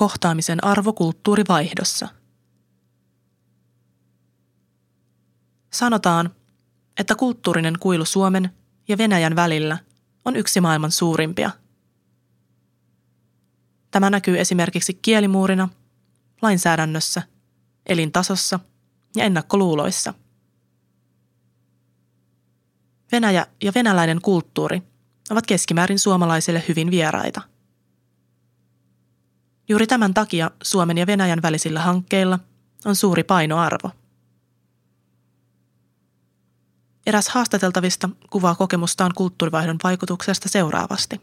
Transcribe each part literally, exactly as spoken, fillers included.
Kohtaamisen arvo kulttuurivaihdossa. Sanotaan, että kulttuurinen kuilu Suomen ja Venäjän välillä on yksi maailman suurimpia. Tämä näkyy esimerkiksi kielimuurina, lainsäädännössä, elintasossa ja ennakkoluuloissa. Venäjä ja venäläinen kulttuuri ovat keskimäärin suomalaisille hyvin vieraita. Juuri tämän takia Suomen ja Venäjän välisillä hankkeilla on suuri painoarvo. Eräs haastateltavista kuvaa kokemustaan kulttuurivaihdon vaikutuksesta seuraavasti.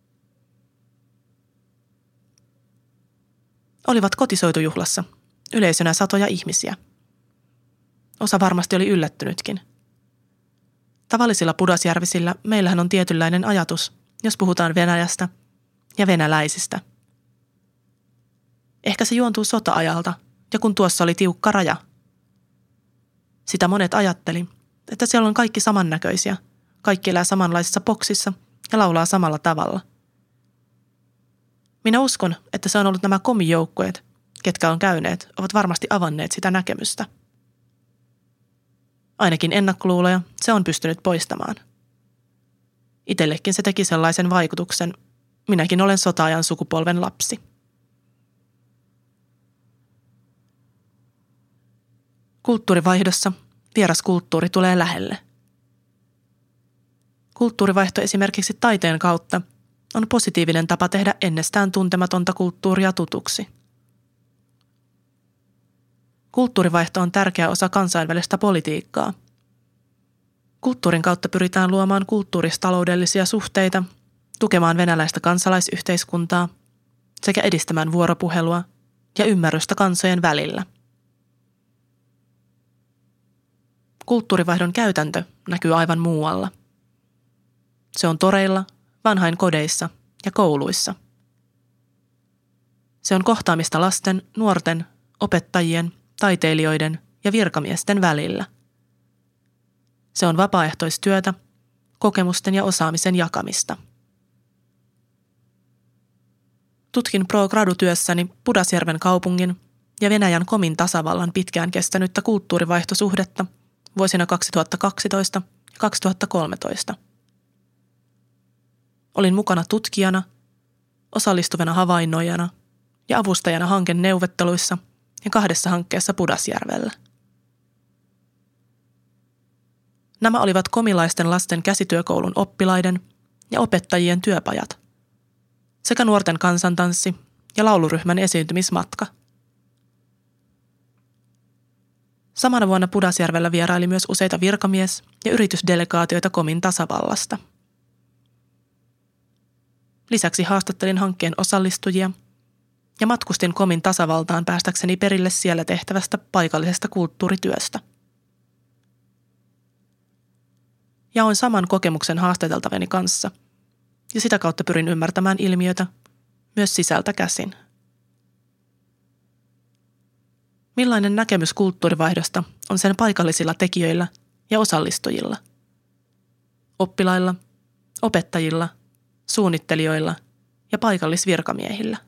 Olivat kotisoitujuhlassa, yleisönä satoja ihmisiä. Osa varmasti oli yllättynytkin. Tavallisilla pudasjärvisillä meillähän on tietynlainen ajatus, jos puhutaan Venäjästä ja venäläisistä. Ehkä se juontuu sota-ajalta, ja kun tuossa oli tiukka raja. Sitä monet ajatteli, että siellä on kaikki samannäköisiä, kaikki elää samanlaisissa boksissa ja laulaa samalla tavalla. Minä uskon, että se on ollut nämä komijoukkueet, ketkä on käyneet, ovat varmasti avanneet sitä näkemystä. Ainakin ennakkoluuloja se on pystynyt poistamaan. Itsellekin se teki sellaisen vaikutuksen, minäkin olen sota-ajan sukupolven lapsi. Kulttuurivaihdossa vieras kulttuuri tulee lähelle. Kulttuurivaihto esimerkiksi taiteen kautta on positiivinen tapa tehdä ennestään tuntematonta kulttuuria tutuksi. Kulttuurivaihto on tärkeä osa kansainvälistä politiikkaa. Kulttuurin kautta pyritään luomaan kulttuuristaloudellisia suhteita, tukemaan venäläistä kansalaisyhteiskuntaa sekä edistämään vuoropuhelua ja ymmärrystä kansojen välillä. Kulttuurivaihdon käytäntö näkyy aivan muualla. Se on toreilla, vanhainkodeissa ja kouluissa. Se on kohtaamista lasten, nuorten, opettajien, taiteilijoiden ja virkamiesten välillä. Se on vapaaehtoistyötä, kokemusten ja osaamisen jakamista. Tutkin pro-gradu-työssäni Pudasjärven kaupungin ja Venäjän Komin tasavallan pitkään kestänyttä kulttuurivaihtosuhdetta vuosina kaksituhattakaksitoista ja kaksituhattakolmetoista. Olin mukana tutkijana, osallistuvana havainnoijana ja avustajana hankeneuvotteluissa ja kahdessa hankkeessa Pudasjärvellä. Nämä olivat komilaisten lasten käsityökoulun oppilaiden ja opettajien työpajat sekä nuorten kansantanssi ja lauluryhmän esiintymismatka. Samana vuonna Pudasjärvellä vieraili myös useita virkamies- ja yritysdelegaatioita Komin tasavallasta. Lisäksi haastattelin hankkeen osallistujia ja matkustin Komin tasavaltaan päästäkseni perille siellä tehtävästä paikallisesta kulttuurityöstä. Jaoin saman kokemuksen haastateltavani kanssa ja sitä kautta pyrin ymmärtämään ilmiötä myös sisältä käsin. Millainen näkemys kulttuurivaihdosta on sen paikallisilla tekijöillä ja osallistujilla? Oppilailla, opettajilla, suunnittelijoilla ja paikallisvirkamiehillä.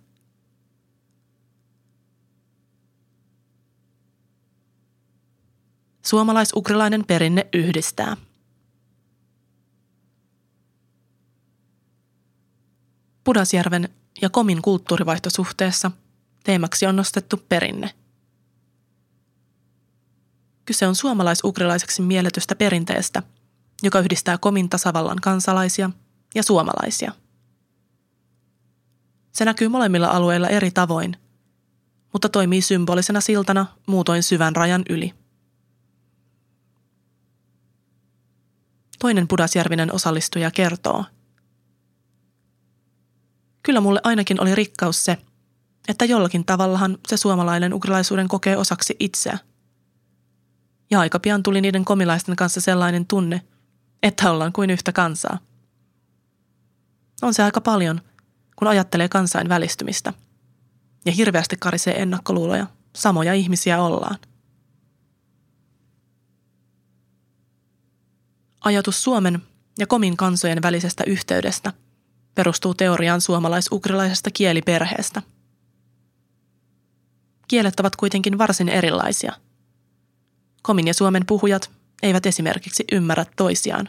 Suomalais-ugrilainen perinne yhdistää. Pudasjärven ja Komin kulttuurivaihtosuhteessa teemaksi on nostettu perinne. Kyse on suomalais-ugrilaiseksi mielletystä perinteestä, joka yhdistää Komin tasavallan kansalaisia ja suomalaisia. Se näkyy molemmilla alueilla eri tavoin, mutta toimii symbolisena siltana muutoin syvän rajan yli. Toinen pudasjärvinen osallistuja kertoo. Kyllä mulle ainakin oli rikkaus se, että jollakin tavallahan se suomalainen ugrilaisuuden kokee osaksi itseä. Ja aika pian tuli niiden komilaisten kanssa sellainen tunne, että ollaan kuin yhtä kansaa. On se aika paljon, kun ajattelee kansainvälistymistä. Ja hirveästi karisee ennakkoluuloja, samoja ihmisiä ollaan. Ajatus Suomen ja Komin kansojen välisestä yhteydestä perustuu teoriaan suomalais-ugrilaisesta kieliperheestä. kielet ovat kuitenkin varsin erilaisia. Komin ja suomen puhujat eivät esimerkiksi ymmärrä toisiaan.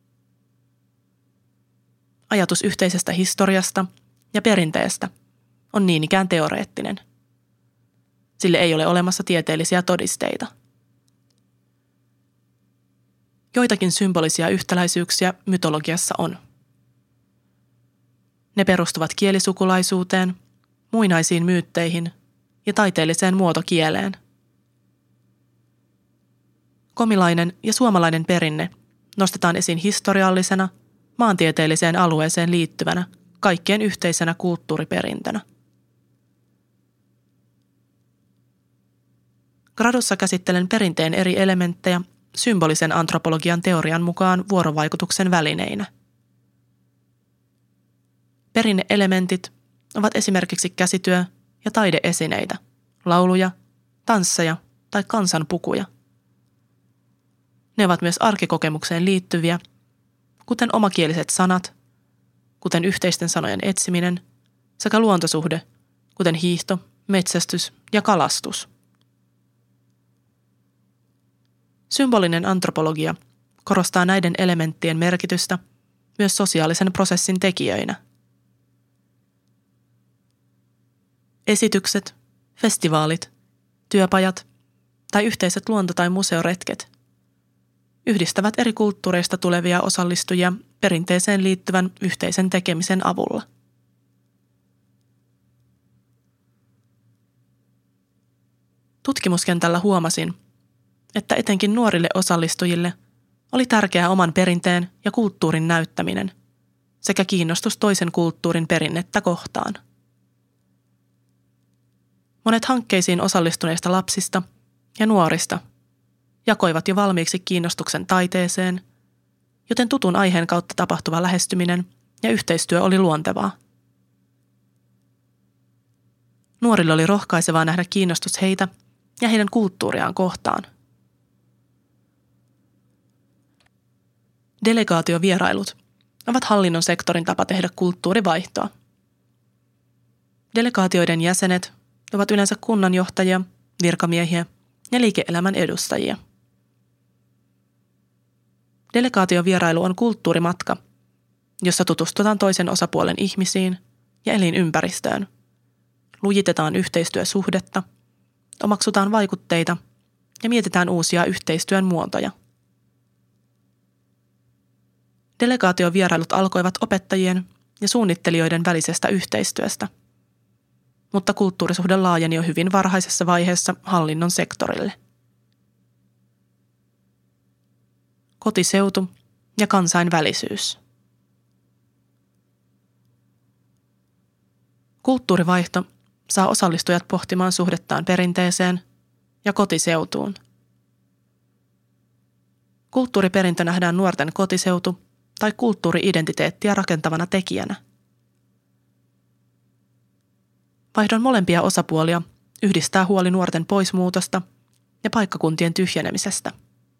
Ajatus yhteisestä historiasta ja perinteestä on niin ikään teoreettinen. Sille ei ole olemassa tieteellisiä todisteita. Joitakin symbolisia yhtäläisyyksiä mytologiassa on. Ne perustuvat kielisukulaisuuteen, muinaisiin myytteihin ja taiteelliseen muotokieleen. Komilainen ja suomalainen perinne nostetaan esiin historiallisena, maantieteelliseen alueeseen liittyvänä, kaikkien yhteisenä kulttuuriperintönä. Gradussa käsittelen perinteen eri elementtejä symbolisen antropologian teorian mukaan vuorovaikutuksen välineinä. Perinneelementit ovat esimerkiksi käsityö ja taideesineitä, lauluja, tansseja tai kansanpukuja. Ne ovat myös arkikokemukseen liittyviä, kuten omakieliset sanat, kuten yhteisten sanojen etsiminen, sekä luontosuhde, kuten hiihto, metsästys ja kalastus. Symbolinen antropologia korostaa näiden elementtien merkitystä myös sosiaalisen prosessin tekijöinä. Esitykset, festivaalit, työpajat tai yhteiset luonto- tai museoretket yhdistävät eri kulttuureista tulevia osallistujia perinteeseen liittyvän yhteisen tekemisen avulla. Tutkimuskentällä huomasin, että etenkin nuorille osallistujille oli tärkeää oman perinteen ja kulttuurin näyttäminen sekä kiinnostus toisen kulttuurin perinnettä kohtaan. Monet hankkeisiin osallistuneista lapsista ja nuorista jakoivat jo valmiiksi kiinnostuksen taiteeseen, joten tutun aiheen kautta tapahtuva lähestyminen ja yhteistyö oli luontevaa. Nuorille oli rohkaisevaa nähdä kiinnostus heitä ja heidän kulttuuriaan kohtaan. Delegaatiovierailut ovat hallinnon sektorin tapa tehdä kulttuurivaihtoa. Delegaatioiden jäsenet ovat yleensä kunnanjohtajia, virkamiehiä ja liike-elämän edustajia. Delegaatiovierailu on kulttuurimatka, jossa tutustutaan toisen osapuolen ihmisiin ja elinympäristöön, lujitetaan yhteistyösuhdetta, omaksutaan vaikutteita ja mietitään uusia yhteistyön muotoja. Delegaatiovierailut alkoivat opettajien ja suunnittelijoiden välisestä yhteistyöstä, mutta kulttuurisuhde laajeni jo hyvin varhaisessa vaiheessa hallinnon sektorille. Kotiseutu ja kansainvälisyys. Kulttuurivaihto saa osallistujat pohtimaan suhdettaan perinteeseen ja kotiseutuun. Kulttuuriperintö nähdään nuorten kotiseutu- tai kulttuuri-identiteettiä rakentavana tekijänä. Vaihdon molempia osapuolia yhdistää huoli nuorten poismuutosta ja paikkakuntien tyhjenemisestä.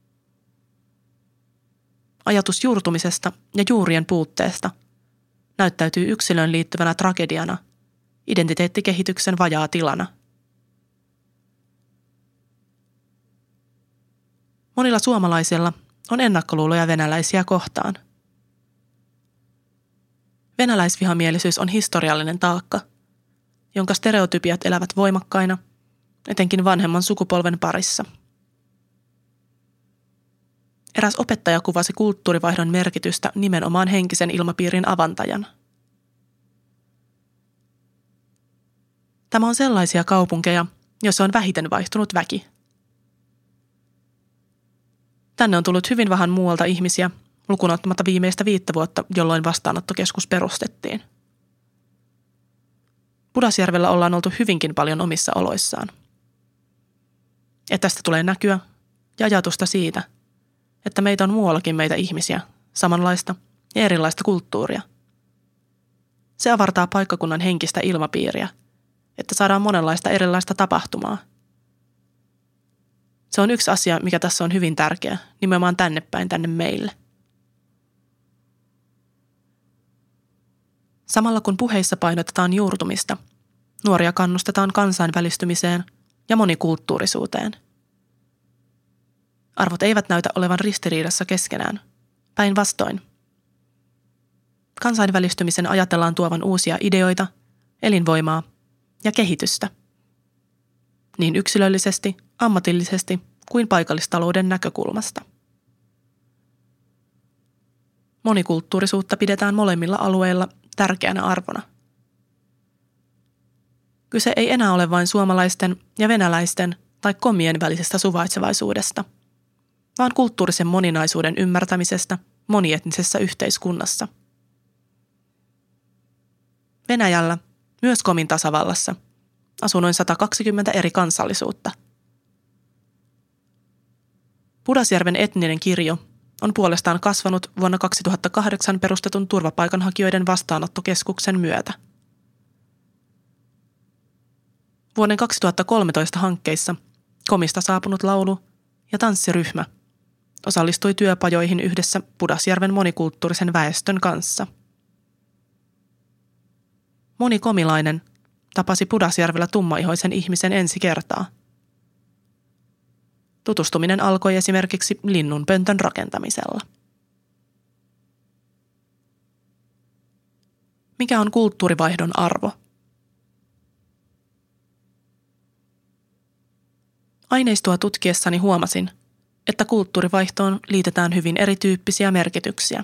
Ajatus juurtumisesta ja juurien puutteesta näyttäytyy yksilöön liittyvänä tragediana, identiteettikehityksen vajaa tilana. Monilla suomalaisilla on ennakkoluuloja venäläisiä kohtaan. Venäläisvihamielisyys on historiallinen taakka, jonka stereotypiat elävät voimakkaina, etenkin vanhemman sukupolven parissa. Eräs opettaja kuvasi kulttuurivaihdon merkitystä nimenomaan henkisen ilmapiirin avantajana. Tämä on sellaisia kaupunkeja, joissa on vähiten vaihtunut väki. Tänne on tullut hyvin vähän muualta ihmisiä, lukuun ottamatta viimeistä viittä vuotta, jolloin vastaanottokeskus perustettiin. Pudasjärvellä ollaan oltu hyvinkin paljon omissa oloissaan. Ja tästä tulee näkyä ja ajatusta siitä, että meitä on muuallakin meitä ihmisiä, samanlaista ja erilaista kulttuuria. Se avartaa paikkakunnan henkistä ilmapiiriä, että saadaan monenlaista erilaista tapahtumaa. Se on yksi asia, mikä tässä on hyvin tärkeä, nimenomaan tänne päin, tänne meille. Samalla kun puheissa painotetaan juurtumista, nuoria kannustetaan kansainvälistymiseen ja monikulttuurisuuteen. Arvot eivät näytä olevan ristiriidassa keskenään. Päinvastoin. Kansainvälistymisen ajatellaan tuovan uusia ideoita, elinvoimaa ja kehitystä. Niin yksilöllisesti, ammatillisesti kuin paikallistalouden näkökulmasta. Monikulttuurisuutta pidetään molemmilla alueilla tärkeänä arvona. Kyse ei enää ole vain suomalaisten ja venäläisten tai komien välisestä suvaitsevaisuudesta, vaan kulttuurisen moninaisuuden ymmärtämisestä monietnisessä yhteiskunnassa. Venäjällä, myös Komin tasavallassa, asuu noin sata kaksikymmentä eri kansallisuutta. Pudasjärven etninen kirjo on puolestaan kasvanut vuonna kaksituhattakahdeksan perustetun turvapaikanhakijoiden vastaanottokeskuksen myötä. Vuoden kaksituhattakolmetoista hankkeissa Komista saapunut laulu- ja tanssiryhmä osallistui työpajoihin yhdessä Pudasjärven monikulttuurisen väestön kanssa. Moni komilainen tapasi Pudasjärvellä tummaihoisen ihmisen ensi kertaa. Tutustuminen alkoi esimerkiksi linnunpöntön rakentamisella. Mikä on kulttuurivaihdon arvo? Aineistoa tutkiessani huomasin, että kulttuurivaihtoon liitetään hyvin erityyppisiä merkityksiä.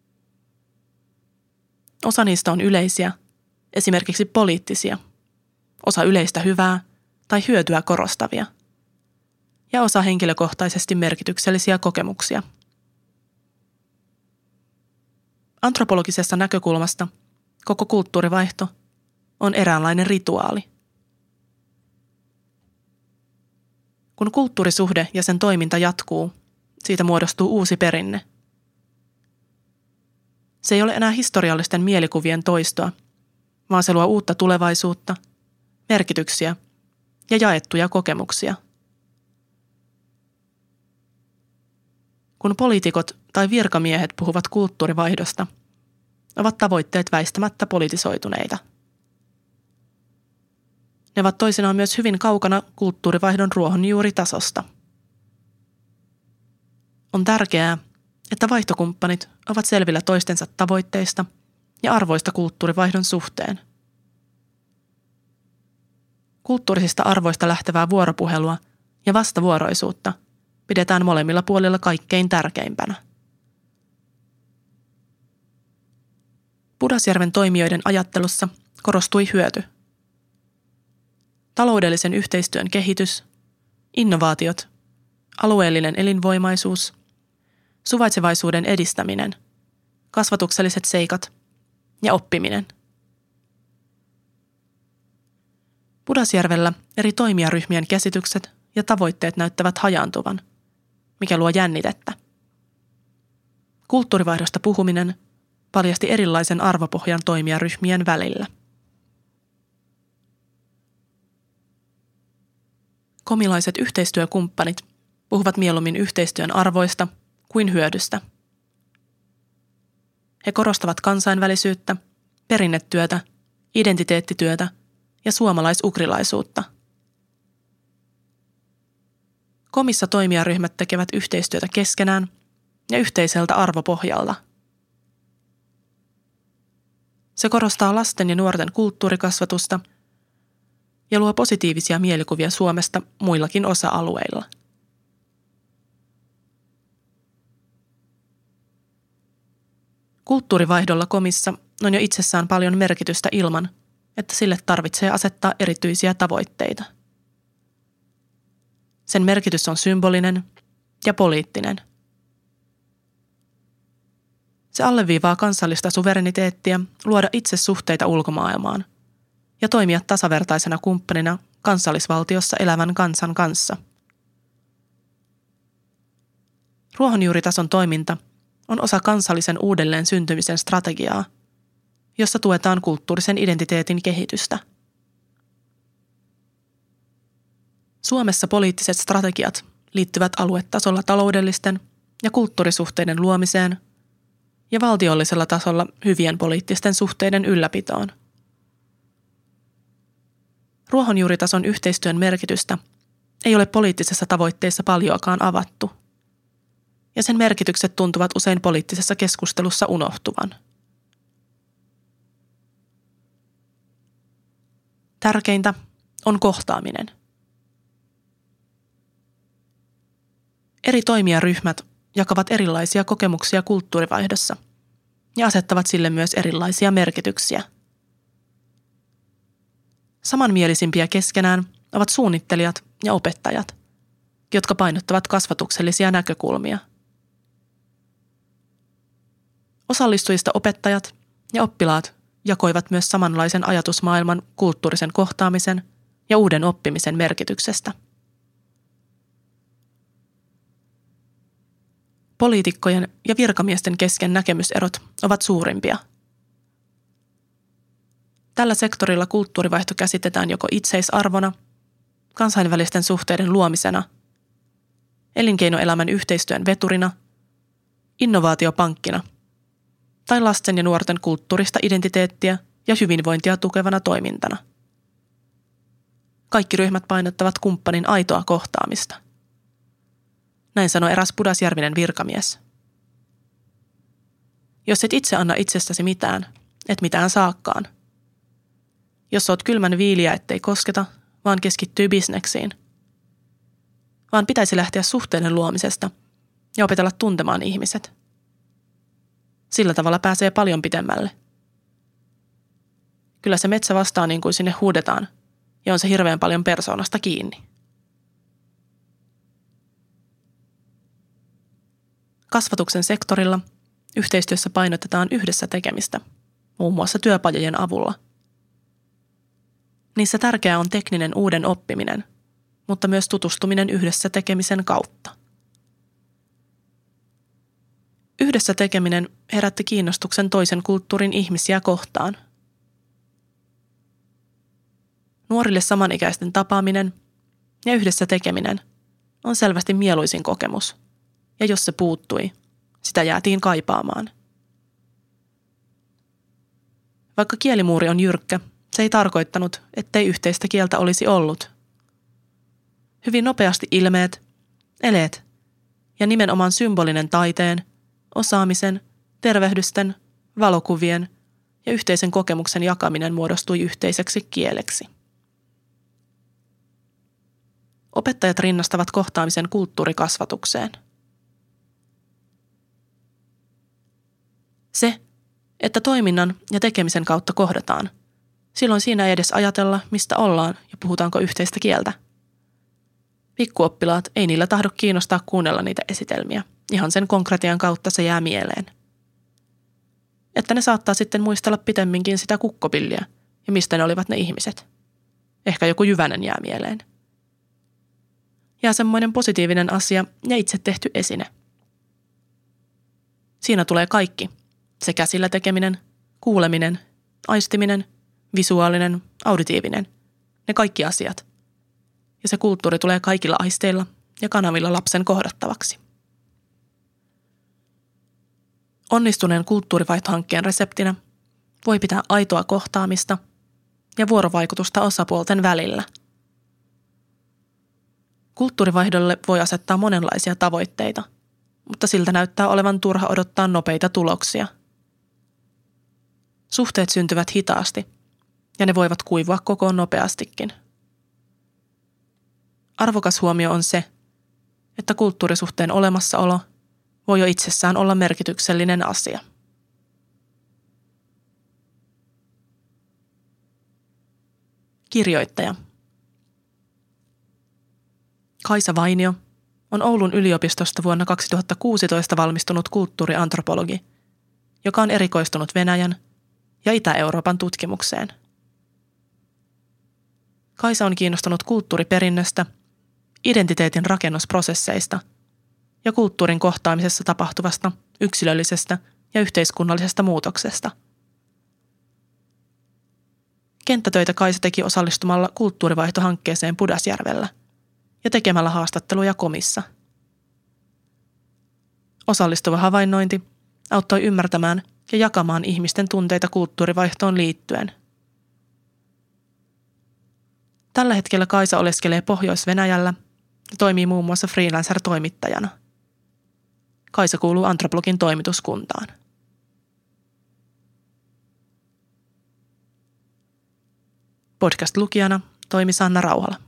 Osa niistä on yleisiä, esimerkiksi poliittisia, osa yleistä hyvää tai hyötyä korostavia, ja osa henkilökohtaisesti merkityksellisiä kokemuksia. Antropologisesta näkökulmasta koko kulttuurivaihto on eräänlainen rituaali. Kun kulttuurisuhde ja sen toiminta jatkuu, siitä muodostuu uusi perinne. Se ei ole enää historiallisten mielikuvien toistoa, vaan se luo uutta tulevaisuutta, merkityksiä ja jaettuja kokemuksia. Kun poliitikot tai virkamiehet puhuvat kulttuurivaihdosta, ovat tavoitteet väistämättä politisoituneita. Ne ovat toisinaan myös hyvin kaukana kulttuurivaihdon ruohonjuuritasosta. On tärkeää, että vaihtokumppanit ovat selvillä toistensa tavoitteista ja arvoista kulttuurivaihdon suhteen. Kulttuurisista arvoista lähtevää vuoropuhelua ja vastavuoroisuutta pidetään molemmilla puolilla kaikkein tärkeimpänä. Pudasjärven toimijoiden ajattelussa korostui hyöty. Taloudellisen yhteistyön kehitys, innovaatiot, alueellinen elinvoimaisuus, suvaitsevaisuuden edistäminen, kasvatukselliset seikat ja oppiminen. Pudasjärvellä eri toimijaryhmien käsitykset ja tavoitteet näyttävät hajaantuvan, mikä luo jännitettä. Kulttuurivaihdosta puhuminen paljasti erilaisen arvopohjan toimijaryhmien välillä. Komilaiset yhteistyökumppanit puhuvat mieluummin yhteistyön arvoista kuin hyödystä. He korostavat kansainvälisyyttä, perinnetyötä, identiteettityötä ja suomalaisukrilaisuutta. Komissa toimijaryhmät tekevät yhteistyötä keskenään ja yhteiseltä arvopohjalta. Se korostaa lasten ja nuorten kulttuurikasvatusta ja luo positiivisia mielikuvia Suomesta muillakin osa-alueilla. Kulttuurivaihdolla Komissa on jo itsessään paljon merkitystä ilman, että sille tarvitsee asettaa erityisiä tavoitteita. Sen merkitys on symbolinen ja poliittinen. Se alleviivaa kansallista suvereniteettia luoda itse suhteita ulkomaailmaan ja toimia tasavertaisena kumppanina kansallisvaltiossa elävän kansan kanssa. Ruohonjuuritason toiminta on osa kansallisen uudelleen syntymisen strategiaa, jossa tuetaan kulttuurisen identiteetin kehitystä. Suomessa poliittiset strategiat liittyvät aluetasolla taloudellisten ja kulttuurisuhteiden luomiseen ja valtiollisella tasolla hyvien poliittisten suhteiden ylläpitoon. Ruohonjuuritason yhteistyön merkitystä ei ole poliittisessa tavoitteessa paljoakaan avattu, ja sen merkitykset tuntuvat usein poliittisessa keskustelussa unohtuvan. Tärkeintä on kohtaaminen. Eri toimijaryhmät jakavat erilaisia kokemuksia kulttuurivaihdossa ja asettavat sille myös erilaisia merkityksiä. Samanmielisimpiä keskenään ovat suunnittelijat ja opettajat, jotka painottavat kasvatuksellisia näkökulmia. Osallistujista opettajat ja oppilaat jakoivat myös samanlaisen ajatusmaailman kulttuurisen kohtaamisen ja uuden oppimisen merkityksestä. Poliitikkojen ja virkamiesten kesken näkemyserot ovat suurimpia. Tällä sektorilla kulttuurivaihto käsitetään joko itseisarvona, kansainvälisten suhteiden luomisena, elinkeinoelämän yhteistyön veturina, innovaatiopankkina tai lasten ja nuorten kulttuurista identiteettiä ja hyvinvointia tukevana toimintana. Kaikki ryhmät painottavat kumppanin aitoa kohtaamista. Näin sanoi eräs pudasjärvinen virkamies. Jos et itse anna itsestäsi mitään, et mitään saakkaan. Jos oot kylmän viiliä, ettei kosketa, vaan keskittyy bisneksiin. Vaan pitäisi lähteä suhteiden luomisesta ja opetella tuntemaan ihmiset. Sillä tavalla pääsee paljon pitemmälle. Kyllä se metsä vastaa niin kuin sinne huudetaan, ja on se hirveän paljon persoonasta kiinni. Kasvatuksen sektorilla yhteistyössä painotetaan yhdessä tekemistä, muun muassa työpajojen avulla. Niissä tärkeää on tekninen uuden oppiminen, mutta myös tutustuminen yhdessä tekemisen kautta. Yhdessä tekeminen herätti kiinnostuksen toisen kulttuurin ihmisiä kohtaan. Nuorille samanikäisten tapaaminen ja yhdessä tekeminen on selvästi mieluisin kokemus, ja jos se puuttui, sitä jäätiin kaipaamaan. Vaikka kielimuuri on jyrkkä, se ei tarkoittanut, ettei yhteistä kieltä olisi ollut. Hyvin nopeasti ilmeet, eleet ja nimenomaan symbolinen taiteen, osaamisen, tervehdysten, valokuvien ja yhteisen kokemuksen jakaminen muodostui yhteiseksi kieleksi. Opettajat rinnastavat kohtaamisen kulttuurikasvatukseen. Se, että toiminnan ja tekemisen kautta kohdataan, silloin siinä ei edes ajatella, mistä ollaan ja puhutaanko yhteistä kieltä. Pikkuoppilaat ei niillä tahdo kiinnostaa kuunnella niitä esitelmiä. Ihan sen konkretian kautta se jää mieleen. Että ne saattaa sitten muistella pitemminkin sitä kukkopilliä ja mistä ne olivat ne ihmiset. Ehkä joku jyvänen jää mieleen. Jää semmoinen positiivinen asia ja itse tehty esine. Siinä tulee kaikki. Se käsillä tekeminen, kuuleminen, aistiminen, visuaalinen, auditiivinen. Ne kaikki asiat. Ja se kulttuuri tulee kaikilla aisteilla ja kanavilla lapsen kohdattavaksi. Onnistuneen kulttuurivaihtohankkeen reseptinä voi pitää aitoa kohtaamista ja vuorovaikutusta osapuolten välillä. Kulttuurivaihdolle voi asettaa monenlaisia tavoitteita, mutta siltä näyttää olevan turha odottaa nopeita tuloksia. Suhteet syntyvät hitaasti ja ne voivat kuivua kokoon nopeastikin. Arvokas huomio on se, että kulttuurisuhteen olemassaolo voi jo itsessään olla merkityksellinen asia. Kirjoittaja Kaisa Vainio on Oulun yliopistosta vuonna kaksituhattakuusitoista valmistunut kulttuuriantropologi, joka on erikoistunut Venäjän ja Itä-Euroopan tutkimukseen. Kaisa on kiinnostunut kulttuuriperinnöstä, identiteetin rakennusprosesseista ja kulttuurin kohtaamisessa tapahtuvasta yksilöllisestä ja yhteiskunnallisesta muutoksesta. Kenttätöitä Kaisa teki osallistumalla kulttuurivaihtohankkeeseen Pudasjärvellä ja tekemällä haastatteluja Komissa. Osallistuva havainnointi auttoi ymmärtämään ja jakamaan ihmisten tunteita kulttuurivaihtoon liittyen. Tällä hetkellä Kaisa oleskelee Pohjois-Venäjällä ja toimii muun muassa freelancer-toimittajana. Kaisa kuuluu Anthroblogin toimituskuntaan. Podcast-lukijana toimi Sanna Rauhala.